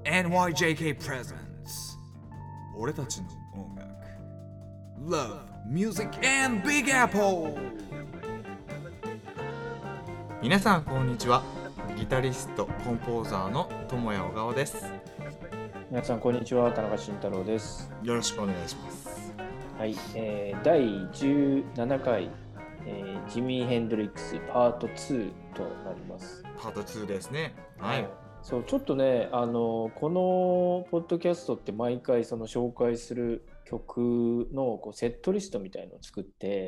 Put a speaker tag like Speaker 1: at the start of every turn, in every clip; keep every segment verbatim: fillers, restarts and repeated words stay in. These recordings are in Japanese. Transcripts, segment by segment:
Speaker 1: エヌワイジェーケー Presents 俺たちの音楽 Love, Music and Big Apple。
Speaker 2: 皆さんこんにちは。ギタリストコンポーザーの友谷小川です。
Speaker 3: 皆さんこんにちは、田中慎太郎です。
Speaker 2: よろしくお願いします。
Speaker 3: はい、えー、だいじゅうななかい、えー、ジミー・ヘンドリックスパートツーとなります。
Speaker 2: パートツーですね。はい、
Speaker 3: そうちょっとね、あのこのポッドキャストって毎回その紹介する曲のこうセットリストみたいのを作って、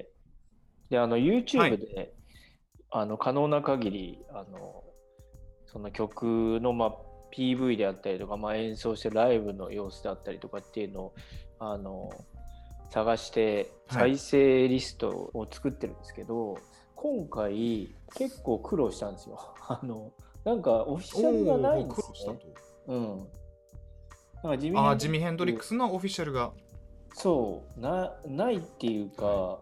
Speaker 3: であの YouTube で、はい、あの可能な限りあのその曲の、まあ、ピーブイ であったりとか、まあ、演奏してるライブの様子であったりとかっていうのをあの探して再生リストを作ってるんですけど、はい、今回結構苦労したんですよ。あのなんかオフィシャルがないんですよね。うん。なんかジミー・
Speaker 2: あジミー・ヘンドリックスのオフィシャルが
Speaker 3: そうなないっていうか、はい、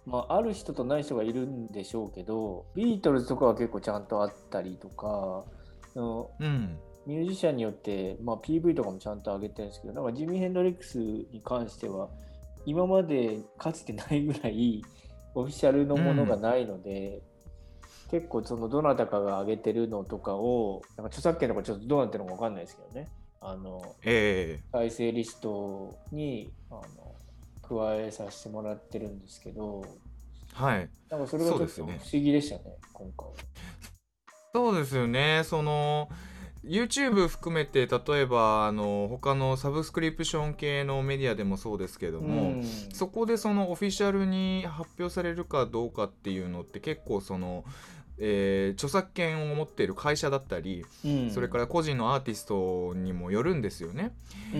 Speaker 3: まあ、ある人とない人がいるんでしょうけど、ビートルズとかは結構ちゃんとあったりとか、の
Speaker 2: うん、
Speaker 3: ミュージシャンによって、まあ、ピーブイ とかもちゃんと上げてるんですけど、なんかジミー・ヘンドリックスに関しては今までかつてないぐらいオフィシャルのものがないので、うん、結構そのどなたかが上げてるのとかをなんか著作権とかちょっとどうなってるのか分かんないですけどね、あの、
Speaker 2: えー、
Speaker 3: 再生リストにあの加えさせてもらってるんですけど、
Speaker 2: はい、
Speaker 3: なんかそれがちょっと不思議でしたね、今回。
Speaker 2: そうですよね。その YouTube 含めて例えばあの他のサブスクリプション系のメディアでもそうですけども、うん、そこでそのオフィシャルに発表されるかどうかっていうのって結構その、えー、著作権を持っている会社だったり、うん、それから個人のアーティストにもよるんですよね、うん、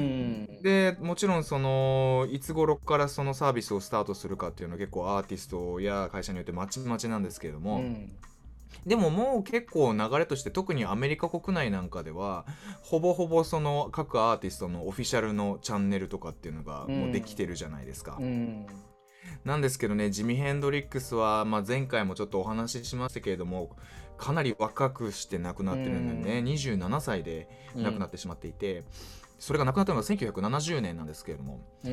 Speaker 2: でもちろんそのいつ頃からそのサービスをスタートするかっていうのは結構アーティストや会社によってまちまちなんですけれども、うん、でももう結構流れとして特にアメリカ国内なんかではほぼほぼその各アーティストのオフィシャルのチャンネルとかっていうのがもうできてるじゃないですか、うんうん、なんですけどね、ジミー・ヘンドリックスは、まあ、前回もちょっとお話ししましたけれどもかなり若くして亡くなってるんでね、うん、にじゅうななさいで亡くなってしまっていて、うん、それが亡くなったのがせんきゅうひゃくななじゅうねんなんですけれども、うん、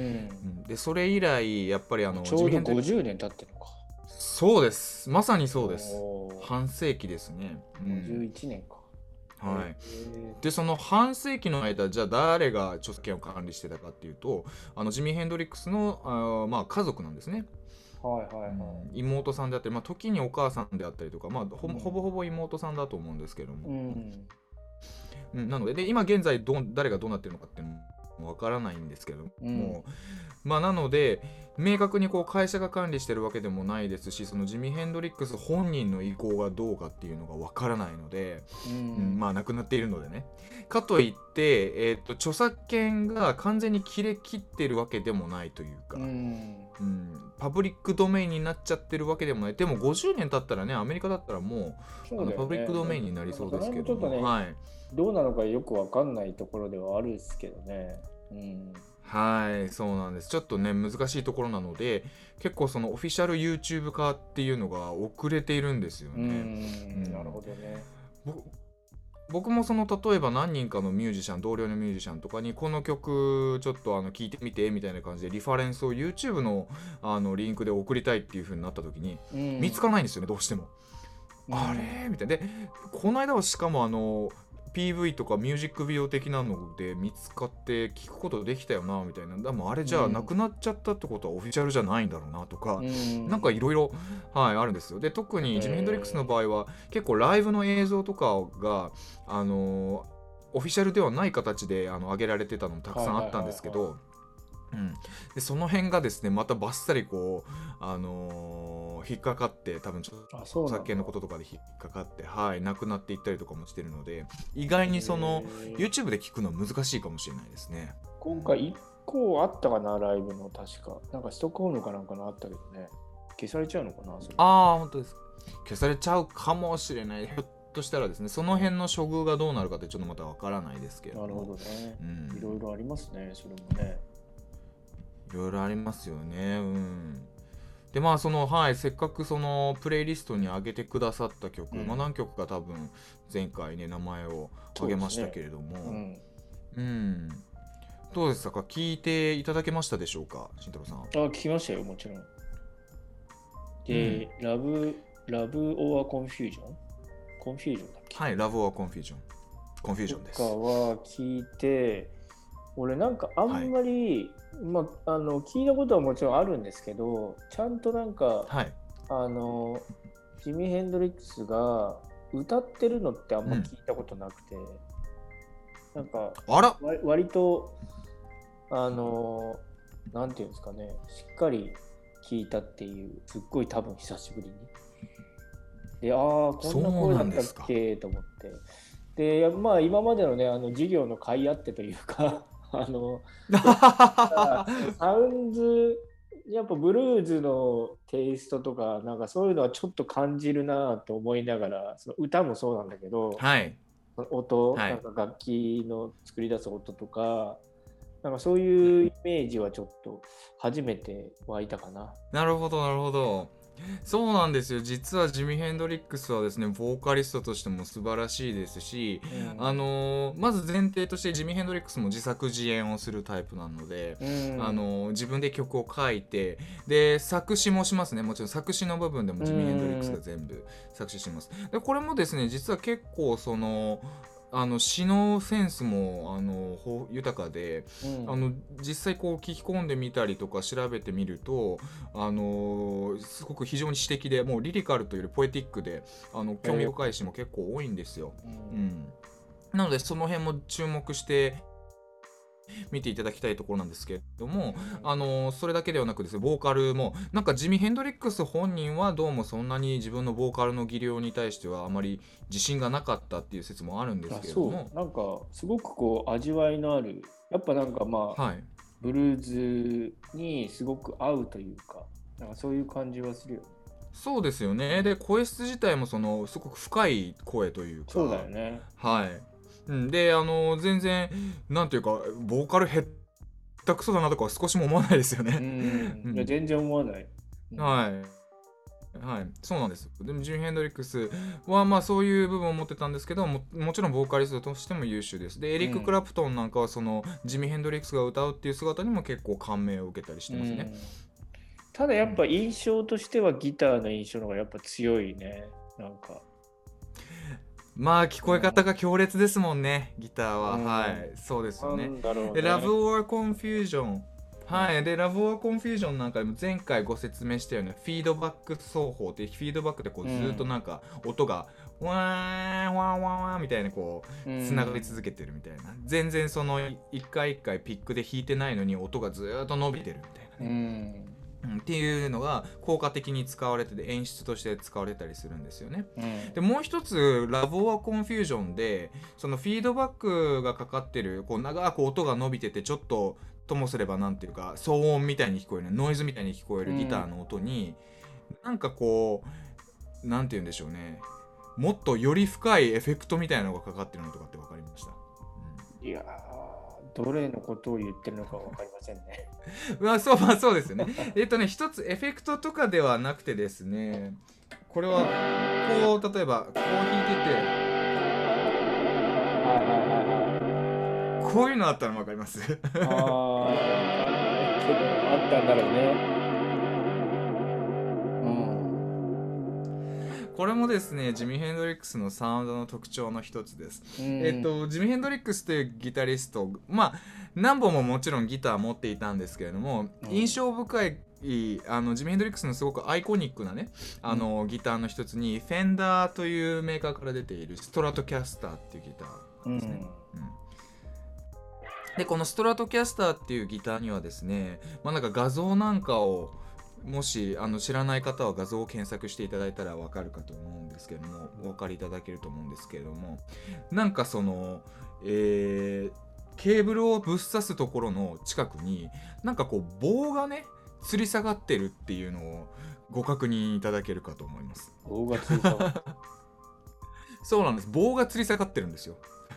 Speaker 2: でそれ以来やっぱりあの
Speaker 3: ちょうどごじゅうねん経ってるのか。
Speaker 2: そうです、まさにそうです。半世紀ですね、
Speaker 3: うん、ごじゅういちねんか。
Speaker 2: はい、でその半世紀の間じゃあ誰が著作権を管理してたかっていうと、あのジミー・ヘンドリックスのあ、まあ、家族なんですね。
Speaker 3: はいはいはい、うん、
Speaker 2: 妹さんであったり、まあ、時にお母さんであったりとか、まあ、ほ, ほぼほぼ妹さんだと思うんですけども、うんうん、なので、で今現在ど誰がどうなってるのかっていうのもわからないんですけども、うん、まあなので明確にこう会社が管理してるわけでもないですし、そのジミー・ヘンドリックス本人の意向がどうかっていうのがわからないので、うんうん、まあ亡くなっているのでね、かといって、えー、と著作権が完全に切れ切ってるわけでもないというか、うんうん、パブリックドメインになっちゃってるわけでもない。でもごじゅうねん経ったらね、アメリカだったらもう、う、ね、あのパブリックドメインになりそうですけども、ね、はい、
Speaker 3: どうなのかよくわかんないところではあるんですけどね、うん、
Speaker 2: はい、そうなんです。ちょっとね難しいところなので、結構そのオフィシャル YouTube 化っていうのが遅れているんですよね。うん、
Speaker 3: うん、なるほどね。
Speaker 2: 僕もその例えば何人かのミュージシャン、同僚のミュージシャンとかにこの曲ちょっとあの聞いてみてみたいな感じでリファレンスを YouTube の, あのリンクで送りたいっていう風になった時に、うん、見つからないんですよね、どうしても、うん、あれみたいな。でこの間はしかもあのピーブイ とかミュージックビデオ的なので見つかって聞くことできたよなみたいな。でもあれじゃあなくなっちゃったってことはオフィシャルじゃないんだろうなとか、うん、なんかいろいろあるんですよ。で特にジミー・ヘンドリックスの場合は結構ライブの映像とかがあのオフィシャルではない形であの上げられてたのもたくさんあったんですけど、うん、でその辺がですねまたバッサリこう、あのー、引っかかって多分ちょっと著作権のこととかで引っかかって、はい、なくなっていったりとかもしてるので、意外にその YouTube で聞くのは難しいかもしれないですね。
Speaker 3: 今回いっこあったかな、ライブの確かなんかストックホルムかなんかのあったけどね、消されちゃうのかな。それ
Speaker 2: ああ本当です。消されちゃうかもしれない。ひょっとしたらですね、その辺の処遇がどうなるかってちょっとまたわからないですけど。
Speaker 3: なるほどね、うん、いろいろありますね、それもね。
Speaker 2: いろいろありますよね。うん。でまあそのはいせっかくそのプレイリストに上げてくださった曲、うん、まあ何曲か多分前回ね名前を挙げましたけれども、ね、うん、 うんどうでしたか、聞いていただけましたでしょうか、慎太郎さん。
Speaker 3: あ、聞きましたよ、もちろん。で、うん、ラブ、ラブオアコンフュージョンコンフュージョンだっけ。
Speaker 2: はい、ラブオアコンフュージョン。コンフュージョンです。
Speaker 3: とかは聞いて、俺なんかあんまり、はい、まあ、あの聞いたことはもちろんあるんですけど、ちゃんとなんか、はい、あのジミー・ヘンドリックスが歌ってるのってあんま聞いたことなくて、うん、なんか
Speaker 2: あら
Speaker 3: 割とあのなんていうんですかね、しっかり聞いたっていう、すっごい多分久しぶりに。で、ああこんな声だったっけと思って。で、まあ今までのね、あの授業の甲斐あってというかあのサウンズやっぱブルーズのテイストとかなんかそういうのはちょっと感じるなと思いながら、その歌もそうなんだけど、
Speaker 2: はい、
Speaker 3: 音、はい、なんか楽器の作り出す音とか、なんかそういうイメージはちょっと初めて湧いたかな。
Speaker 2: なるほどなるほど。そうなんですよ。実はジミ・ヘンドリックスはですね、ボーカリストとしても素晴らしいですし、うん、あのー、まず前提としてジミ・ヘンドリックスも自作自演をするタイプなので、うん、あのー、自分で曲を書いて、で作詞もしますね。もちろん作詞の部分でもジミ・ヘンドリックスが全部作詞します。でこれもですね、実は結構そのあの詩のセンスもあの豊かで、うん、あの実際こう聞き込んでみたりとか調べてみると、あのすごく非常に詩的で、もうリリカルというよりポエティックで、あの興味深い詩も結構多いんですよ、うんうん、なのでその辺も注目して見ていただきたいところなんですけれども、あのそれだけではなくですね、ボーカルもなんかジミ・ヘンドリックス本人はどうもそんなに自分のボーカルの技量に対してはあまり自信がなかったっていう説もあるんですけれども、
Speaker 3: そうなんかすごくこう味わいのある、やっぱなんかまあ、はい、ブルーズにすごく合うというか、なんかそういう感じはするよね。
Speaker 2: そうですよね。で声質自体もそのすごく深い声というか、
Speaker 3: そうだよね。
Speaker 2: はい。うん、であの全然なんていうかボーカルへったくそだなとかは少しも思わないですよね。
Speaker 3: うん、うん、いや全然思わない、
Speaker 2: うん、はいはい、そうなんです。でもジミ・ヘンドリックスはまあそういう部分を持ってたんですけど も, もちろんボーカリストとしても優秀です。でエリック・クラプトンなんかはその、うん、ジミ・ヘンドリックスが歌うっていう姿にも結構感銘を受けたりしてますね、うん、
Speaker 3: ただやっぱ印象としてはギターの印象の方がやっぱ強いね。なんか
Speaker 2: まあ聞こえ方が強烈ですもんね、ギターは、うん、はいそうですよね。ねで Love or Confusion、はい、でラブオアコンフュージョンなんかでも前回ご説明したようなフィードバック奏法っていうフィードバックでこうずっとなんか音がワーンワーンワーンワーンみたいなこうつながり続けてるみたいな、全然その一回一回ピックで弾いてないのに音がずっと伸びてるみたいな、ね、うん、っていうのが効果的に使われてて演出として使われたりするんですよね、うん、でもう一つラブオアコンフュージョンでそのフィードバックがかかってるこう長く音が伸びててちょっとともすればなんていうか騒音みたいに聞こえるノイズみたいに聞こえるギターの音に、うん、なんかこうなんて言うんでしょうね、もっとより深いエフェクトみたいなのがかかってるのとかって分かりました、
Speaker 3: うん、いやーどれのことを言ってるのか分かりませんね
Speaker 2: まあそうまあそうですよねえっとね一つエフェクトとかではなくてですね、これはこう例えばこう弾いててこういうのあったら分かりますああ
Speaker 3: あったんだろうね。
Speaker 2: これもですねジミ・ヘンドリックスのサウンドの特徴の一つです、えっとジミ・ヘンドリックスというギタリスト、まあ何本ももちろんギター持っていたんですけれども、うん、印象深いあのジミ・ヘンドリックスのすごくアイコニックなねあの、うん、ギターの一つにフェンダーというメーカーから出ているストラトキャスターっていうギターですね、うんうん、でこのストラトキャスターっていうギターにはですね、まあ、なんか画像なんかをもしあの知らない方は画像を検索していただいたら分かるかと思うんですけども、お分かりいただけると思うんですけれども、なんかその、えー、ケーブルをぶっ刺すところの近くになんかこう棒がね吊り下がってるっていうのをご確認いただけるかと思います。
Speaker 3: 棒が吊り下がって
Speaker 2: そうなんです、棒が吊り下がってるんですよ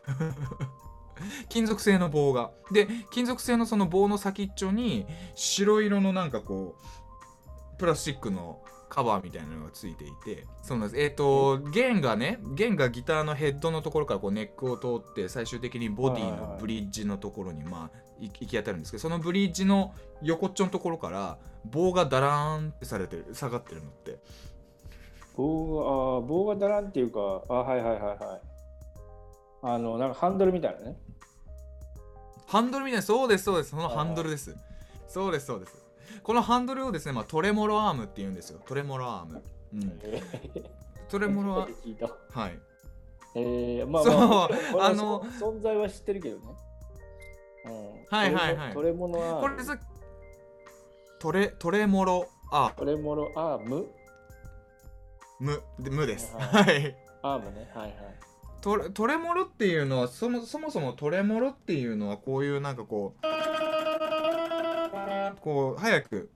Speaker 2: 金属製の棒がで金属製のその棒の先っちょに白色のなんかこうプラスチックのカバーみたいなのがついていて、そうなんです。えっ、ー、と弦がね弦がギターのヘッドのところからこうネックを通って最終的にボディのブリッジのところにまあ行き当たるんですけど、そのブリッジの横っちょのところから棒がダラーンってされてる下がってるのって、
Speaker 3: 棒があ棒がダランっていうか、あはいはいはいはい、あのなんかハンドルみたいなね。
Speaker 2: ハンドルみたいな、そうですそうです、そのハンドルです。そうですそうです。このハンドルをですね、まあ、トレモロアームって言うんですよ。トレモロアーム。うん、トレモロアーム。はい。
Speaker 3: えー、まあまあ、
Speaker 2: そう、あの
Speaker 3: 存在は知ってるけどね。
Speaker 2: うん、はいはいはい。
Speaker 3: トレモロアーム。
Speaker 2: これさ、トレトレモロアーム。
Speaker 3: トレモロアーム。
Speaker 2: ムでムです。はい。はい、
Speaker 3: アームね。はいはい。
Speaker 2: トレ、トレモロっていうのはそもそもそもトレモロっていうのはこういうなんかこうこう早く、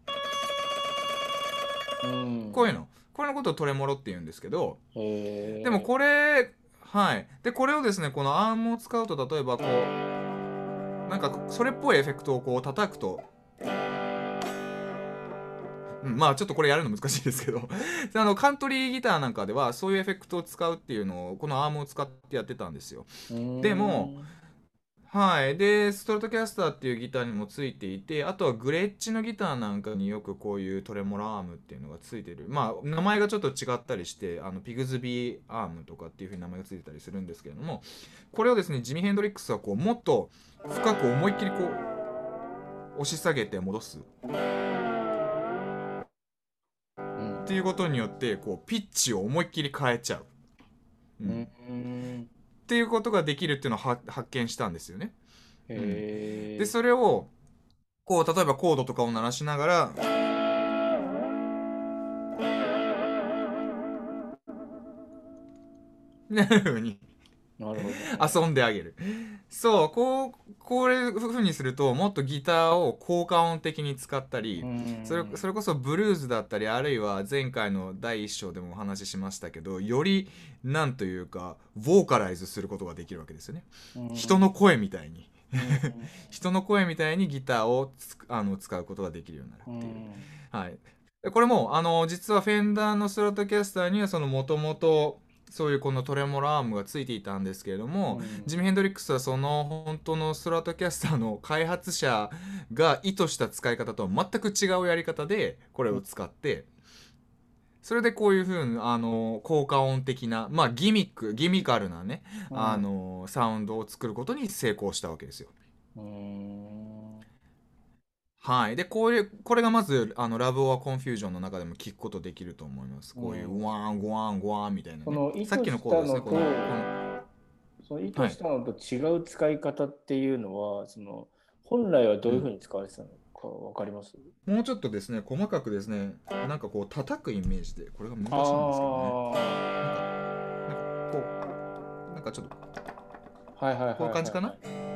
Speaker 2: うん、こういうのこれのことをトレモロって言うんですけど、
Speaker 3: へ
Speaker 2: でもこれはいでこれをですねこのアームを使うと例えばこうなんかそれっぽいエフェクトをこう叩くと、うん、まあちょっとこれやるの難しいですけどあのカントリーギターなんかではそういうエフェクトを使うっていうのをこのアームを使ってやってたんですよ。でもはいでストラトキャスターっていうギターにもついていて、あとはグレッチのギターなんかによくこういうトレモロアームっていうのがついてる、まあ名前がちょっと違ったりして、あのピグズビーアームとかっていう風に名前がついてたりするんですけれども、これをですねジミ・ヘンドリックスはこうもっと深く思いっきりこう押し下げて戻すっていうことによってこうピッチを思いっきり変えちゃう、うん、っていうことができるっていうのを発見したんですよね。
Speaker 3: へー、
Speaker 2: うん、でそれをこう例えばコードとかを鳴らしながらなる風に
Speaker 3: なるほ
Speaker 2: ど、遊んであげる。そうこうこういう風にするともっとギターを効果音的に使ったり、それそれこそブルーズだったり、あるいは前回のだいいっ章でもお話ししましたけど、よりなんというかボーカライズすることができるわけですよね。人の声みたいに人の声みたいにギターをつあの使うことができるようになるっていう、はい、これもあの実はフェンダーのストラトキャスターにはそのもともとそういうこのトレモロアームがついていたんですけれども、うん、ジミ・ヘンドリックスはその本当のストラトキャスターの開発者が意図した使い方とは全く違うやり方でこれを使って、それでこういう風なあの効果音的な、まあギミックギミカルなね、うん、あのサウンドを作ることに成功したわけですよ。うーん、はい、でこういうこれがまずあのラブ・オア・コンフュージョンの中でも聞くことできると思います。こういうワンゴワンゴワンみたいな、ね、さっきのコードですね。このこの
Speaker 3: その意図したのと違う使い方っていうのは、はい、その本来はどういうふうに使われてたのか分かります？
Speaker 2: うん、もうちょっとですね細かくですね、なんかこう叩くイメージで、これが難しいんですけどね、なんかなんかこうなんかちょっと
Speaker 3: はいはいはいはい、はい、
Speaker 2: こういう感じかな、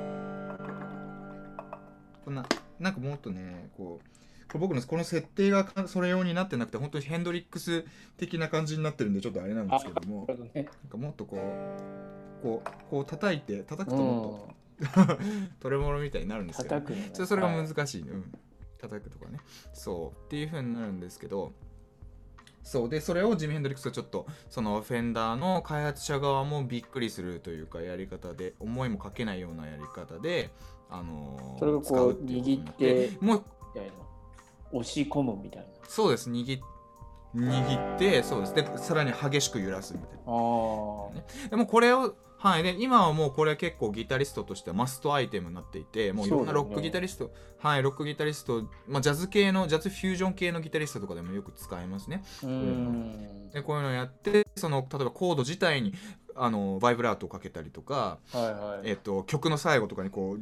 Speaker 2: こんななんかもっとねこうこれ僕のこの設定がそれ用になってなくて本当にヘンドリックス的な感じになってるんでちょっとあれなんですけども、ね、なんかもっとこうこうこう叩いて叩くともっと、うん、トレモロみたいになるんですけど、ね、ちょそれが難しい、はい、うん、叩くとかね、そうっていう風になるんですけど、そうでそれをジミ・ヘンドリックスはちょっとそのフェンダーの開発者側もびっくりするというかやり方で、思いもかけないようなやり方で、あのー、
Speaker 3: それをこう握ってもう押し込むみたいな。
Speaker 2: そうです、握握ってそうです、でさらに激しく揺らすみたいな。あ、ね、でもこれをはい、で今はもうこれは結構ギタリストとしてはマストアイテムになっていて、もういろんなロックギタリスト、ね、はい、ロックギタリスト、まあ、ジャズ系のジャズフュージョン系のギタリストとかでもよく使えますね。うん、でこういうのをやってその例えばコード自体にあのバイブラートをかけたりとか、はいはい、えーと、曲の最後とかにこう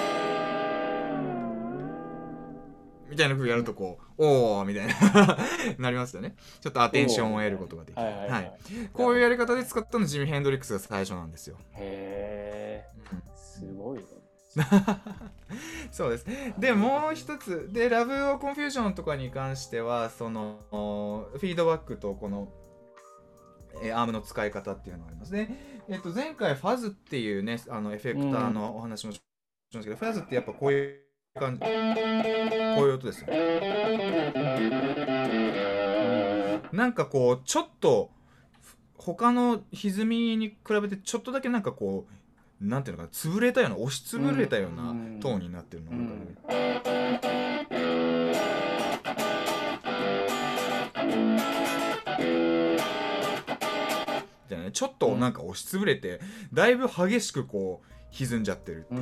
Speaker 2: みたいな風やるとこう、うん、おーみたいななりますよね。ちょっとアテンションを得ることができる、はいはいはいはい、こういうやり方で使ったのジミ・ヘンドリックスが最初なんですよ。
Speaker 3: へー、うん、すごいね
Speaker 2: そうです。でもう一つでラブ・オア・コンフュージョンとかに関してはそのフィードバックとこのえー、アームの使い方っていうのがありますね。えっと前回ファズっていうねあのエフェクターのお話もしましたけど、うん、ファズってやっぱこういう感じ、こういう音ですよ。 なんかこうちょっと他の歪みに比べてちょっとだけなんかこうなんていうのかな、潰れたような、押しつぶれたようなトーンになってるのが、うんじゃね、ちょっとなんか押しつぶれて、だいぶ激しくこう歪んじゃってるっていう、うん、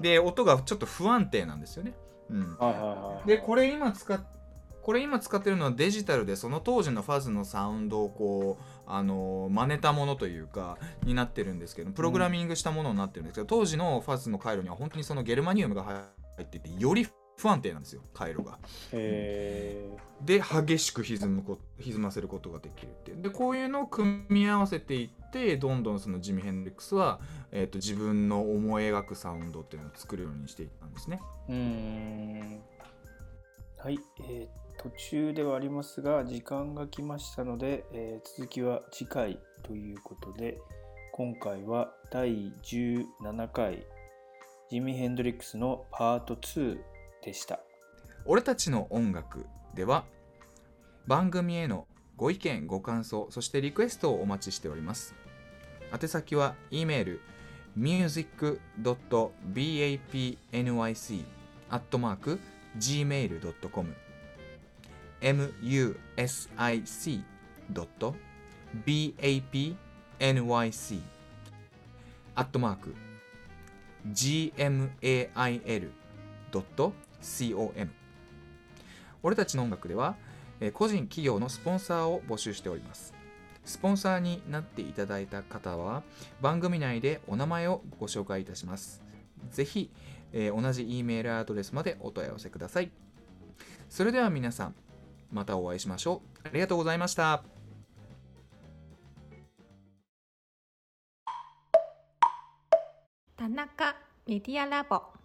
Speaker 2: で音がちょっと不安定なんですよね、うん、はいはいはい、でこれ今使っこれ今使ってるのはデジタルで、その当時のファズのサウンドをこうあの真似たものというかになってるんですけど、プログラミングしたものになってるんですけど、当時のファズの回路には本当にそのゲルマニウムが入っていて、より不安定なんですよ、回路が。へー。で激しく歪むこ歪ませることができるっていう。でこういうのを組み合わせていって、どんどんそのジミ・ヘンドリックスは、えー、と自分の思い描くサウンドっていうのを作るようにしていったんですね。うーん、
Speaker 3: はい、えー、途中ではありますが時間が来ましたので、えー、続きは次回ということで、今回はだいじゅうななかいジミ・ヘンドリックスのパートツーでした。
Speaker 2: 俺たちの音楽では番組へのご意見ご感想、そしてリクエストをお待ちしております。宛先は E メール ミュージックドットバプニク アットマーク ジーメールドットコム ミュージックドットバプニク アットマーク ジーメールドットコム。 俺たちの音楽では個人企業のスポンサーを募集しております。スポンサーになっていただいた方は番組内でお名前をご紹介いたします。ぜひ、えー、同じ E メールアドレスまでお問い合わせください。それでは皆さん、またお会いしましょう。ありがとうございました。
Speaker 4: 田中メディアラボ。